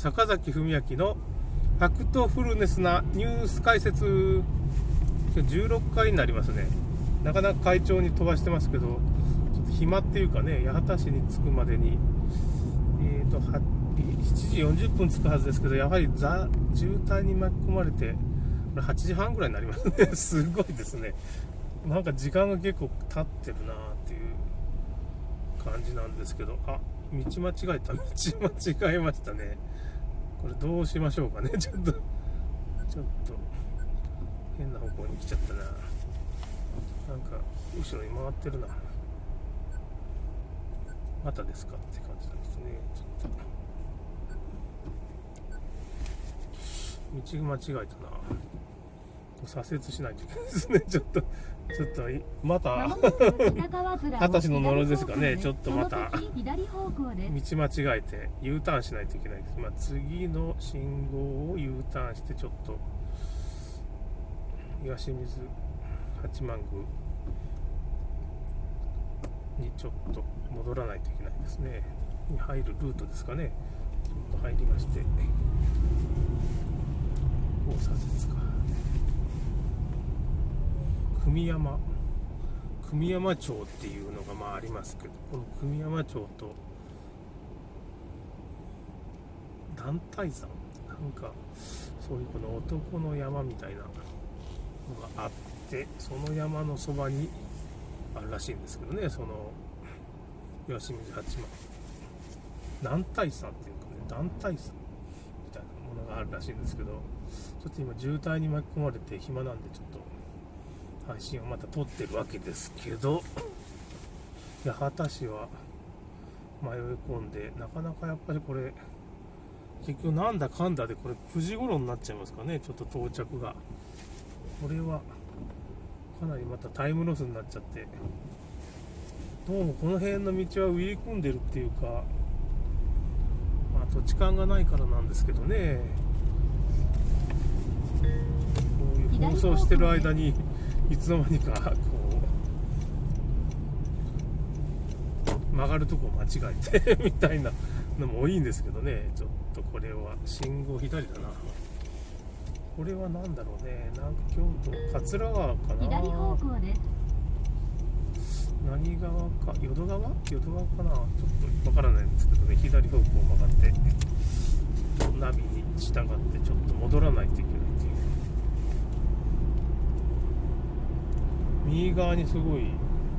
坂崎文明のファクトフルネスなニュース解説。16回になりますね。なかなか快調に飛ばしてますけど、ちょっと暇っていうかね、八幡市に着くまでに7時40分着くはずですけど、やはり渋滞に巻き込まれて、これ8時半ぐらいになりますね。すごいですね。なんか時間が結構経ってるなっていう感じなんですけど、あ、道間違えた。道間違えましたね。これどうしましょうかね。ちょっと変な方向に来ちゃったな。なんか後ろに回ってるな。またですかって感じなんですね。ちょっと道間違えたな。左折しないといけないですね。ちょっとまた二十歳の呪いですかね。ちょっとまた道間違えて U ターンしないといけないです。次の信号を U ターンして、ちょっと東水八幡宮にちょっと戻らないといけないですね。に入るルートですかね。ちょっと入りまして、こう左折か。組山町っていうのがありますけど、この組山町と男体山、なんかそういうこの男の山みたいなのがあって、その山のそばにあるらしいんですけどね。その吉水八幡男体山っていうかね、男体山みたいなものがあるらしいんですけど、ちょっと今渋滞に巻き込まれて暇なんで、ちょっと配信をまた撮ってるわけですけど、八幡市は迷い込んで、なかなかやっぱりこれ結局なんだかんだでこれ9時頃になっちゃいますかね。ちょっと到着がこれはかなりまたタイムロスになっちゃって、どうもこの辺の道は入り組んでるっていうか、土地勘がないからなんですけどね。こういう放送してる間にいつの間にかこう曲がるとこ間違えてみたいなのも多いんですけどね。ちょっとこれは信号左だな。これは何だろうね。なんか京都桂川かな。 左方向です。 何川か、淀川かな。ちょっとわからないんですけどね。左方向曲がってナビに従ってちょっと戻らないといけないっていう。右側にすごい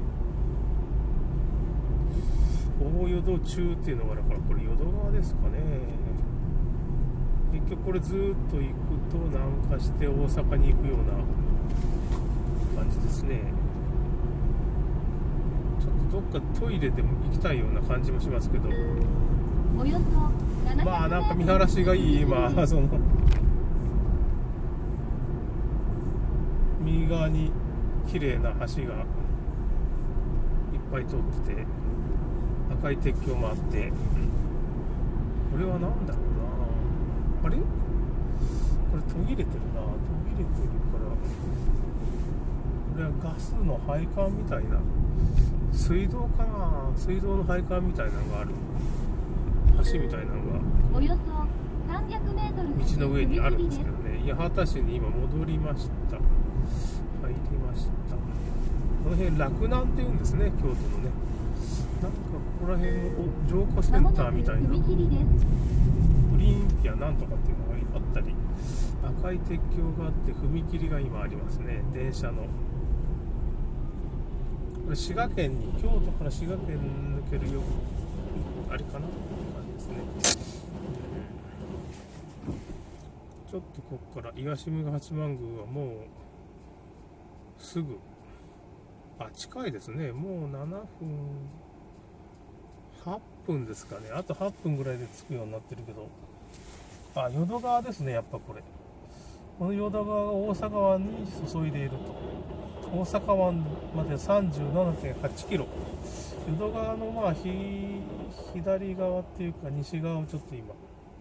大淀中っていうのがあるから、これ淀川ですかね。結局これずっと行くと南下して大阪に行くような感じですね。ちょっとどっかトイレでも行きたいような感じもしますけど、 およそなんか見晴らしがいい。今その右側に綺麗な橋がいっぱい通ってて、赤い鉄橋もあって、これは何だろうな。あれこれ途切れてるな。途切れてるから、これはガスの配管みたいな、水道かな。水道の配管みたいなのがある橋みたいなのがおよそ300メートル道の上にあるんですけどね。八幡市に今戻りました。入りました。この辺洛南って言うんですね、京都のね。なんかここら辺も浄化センターみたいな、グリーンピアなんとかっていうのがあったり、赤い鉄橋があって踏切が今ありますね。電車のこれ滋賀県に、京都から滋賀県抜けるよあれかなって感じですね。ちょっとここから東村八幡宮はもうすぐ、近いですね。もう7分8分ですかね。あと8分ぐらいで着くようになってるけど、淀川ですね。やっぱこの淀川が大阪湾に注いでいると。大阪湾まで 37.8 キロ。淀川の左側っていうか西側をちょっと今、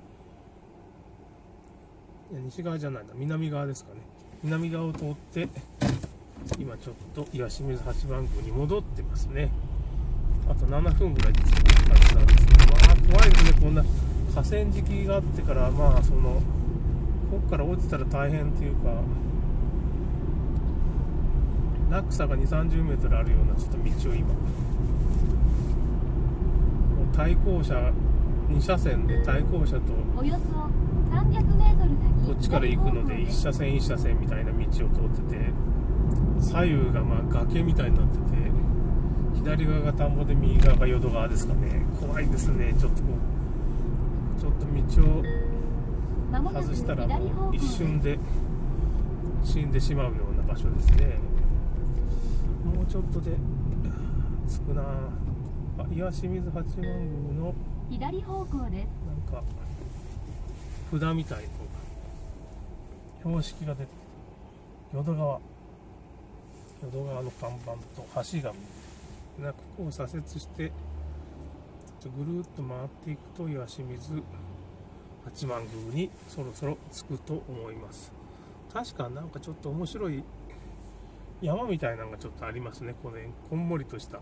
西側じゃないな、南側ですかね。南側を通って今ちょっと東水八幡宮に戻ってますね。あと7分ぐらいで着く感じなんですけど、怖いですね。こんな河川敷があってから、まあそのここから落ちたら大変っていうか、落差が2、30メートルあるようなちょっと道を今、対向車2車線で対向車とおよそ300メートル先、 こっちから行くので1車線1車線みたいな道を通ってて、左右がまあ崖みたいになってて、左側が田んぼで右側が淀川ですかね。怖いですね。ちょっと道を外したらもう一瞬で死んでしまうような場所ですね。もうちょっとで着くなあ。岩清水八幡宮の左方向です。 なんか札みたいな標識が出てきて、淀川の看板と橋が見える。ここを左折してぐるっと回っていくと岩清水八幡宮にそろそろ着くと思います。確かなんかちょっと面白い山みたいなのがちょっとありますね。これこんもりとした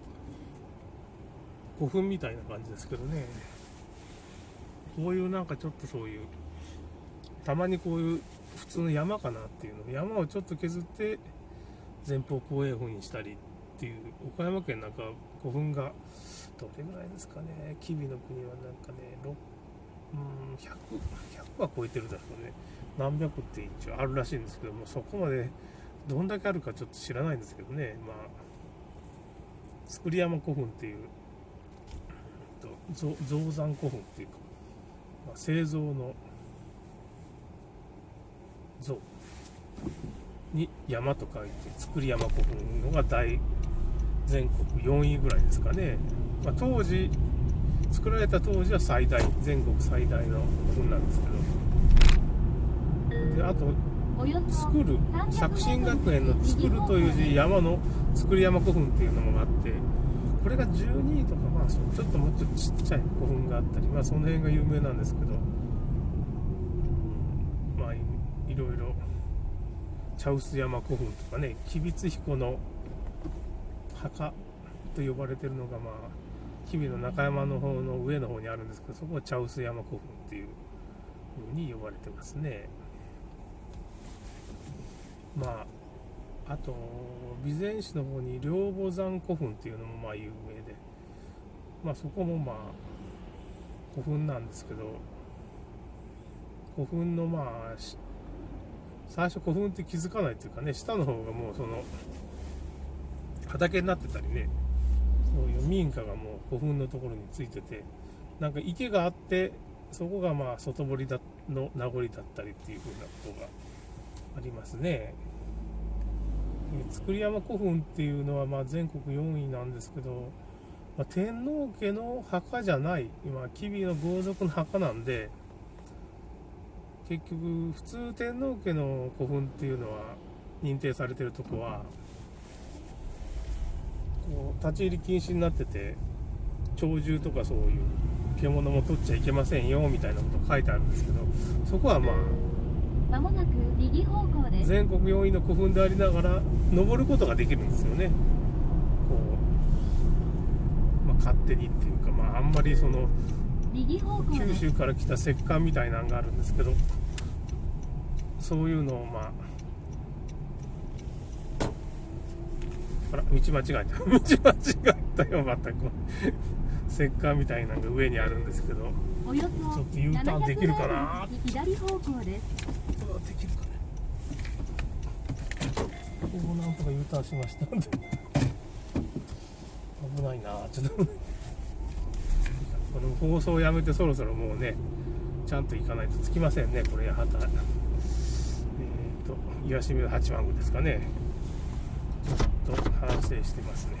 古墳みたいな感じですけどね。こういうなんかちょっとそういうたまにこういう普通の山かなっていうの、山をちょっと削って前方後円墳にしたりっていう、岡山県なんか古墳がどれぐらいですかね。吉備の国はなんかね100は超えてるだろうね。何百って一応あるらしいんですけども、そこまでどんだけあるかちょっと知らないんですけどね。まあ造山古墳っていう造山古墳っていうか、まあ、製造の像に山と書いて造山古墳のが全国4位ぐらいですかね。まあ、作られた当時は全国最大の古墳なんですけど、であと作新学園の作るという字、山の造山古墳っていうのもあって、これが12位とか、まあちょっともっとちっちゃい古墳があったり、まあその辺が有名なんですけど、まあいろいろ茶臼山古墳とかね、吉備津彦の墓と呼ばれてるのが、まあ吉備の中山の方の上の方にあるんですけど、そこは茶臼山古墳っていう風に呼ばれてますね。まああと備前市の方に両母山古墳っていうのもまあ有名で、まあそこもまあ古墳なんですけど、古墳のまあ最初古墳って気づかないっていうかね、下の方がもうその畑になってたりね、そういう民家がもう古墳のところについてて、なんか池があってそこがまあ外堀の名残だったりっていう風なことがありますね。造山古墳っていうのはまあ全国4位なんですけど、まあ、天皇家の墓じゃない、今吉備の豪族の墓なんで、結局普通天皇家の古墳っていうのは認定されてるとこはこう立ち入り禁止になってて、鳥獣とかそういう獣も取っちゃいけませんよみたいなこと書いてあるんですけど、そこはまあまもなく右方向です。 全国4位の古墳でありながら登ることができるんですよね。こう、まあ、勝手にっていうか、まあ、あんまりその九州から来た石棺みたいなのがあるんですけど、そういうのをまあ道間違えたよ、またこう石棺みたいなのが上にあるんですけど、 およそちょっと U ターンできるかな。 左方向です。 できるかね。ここなんとか U ターンしましたんで危ないな。ちょっとこの放送をやめてそろそろもうねちゃんと行かないと着きませんね。これ八幡岩清水八幡宮ですかね。ちょっと反省してますね。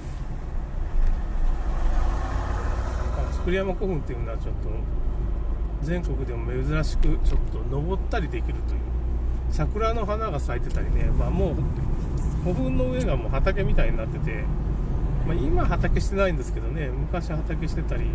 造山古墳っていうのはちょっと全国でも珍しくちょっと登ったりできるという、桜の花が咲いてたりね、まあもう古墳の上がもう畑みたいになってて、まあ、今畑してないんですけどね、昔畑してたり、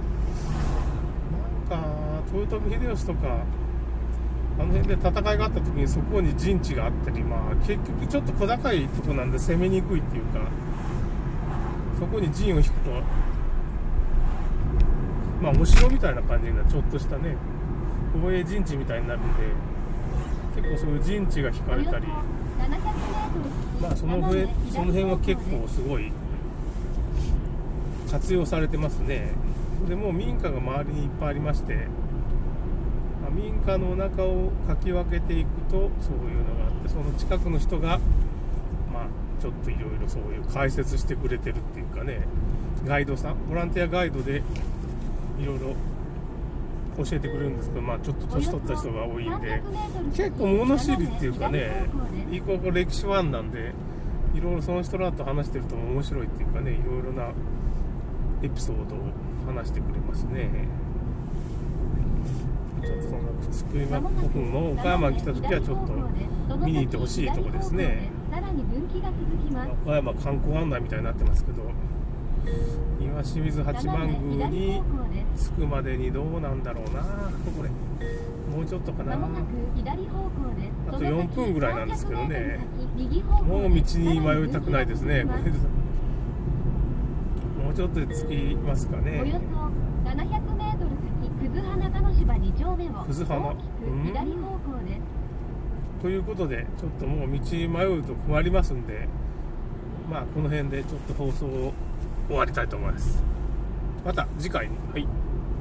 なんか豊臣秀吉とかあの辺で戦いがあった時にそこに陣地があったり、まあ結局ちょっと小高いとこなんで攻めにくいっていうか、そこに陣を引くとまあお城みたいな感じなちょっとしたね防衛陣地みたいになるんで、結構そういう陣地が引かれたり、まあその辺は結構すごい活用されてますね。でもう民家が周りにいっぱいありまして、民家の中をかき分けていくとそういうのがあって、その近くの人がまあちょっといろいろそういう解説してくれてるっていうかね、ガイドさん、ボランティアガイドでいろいろ教えてくれるんですけど、まあちょっと年取った人が多いんで、結構物知りっていうかね、いい子が歴史ファンなんで、いろいろその人らと話してると面白いっていうかね、いろいろなエピソードを話してくれますね。ちょっとその福井古墳も岡山に来た時はちょっと見に行ってほしいとこですね。岡山観光案内みたいになってますけど、岩清水八幡宮に着くまでにどうなんだろうな、これもうちょっとかな、あと4分ぐらいなんですけどね、もう道に迷いたくないですね。これもうちょっとで着きますかね。 およそ700メートル先、葛花鹿芝2丁目を葛花大きく左方向です。 ということで、ちょっともう道に迷うと困りますんで、まあこの辺でちょっと放送を終わりたいと思います。また次回に。はい。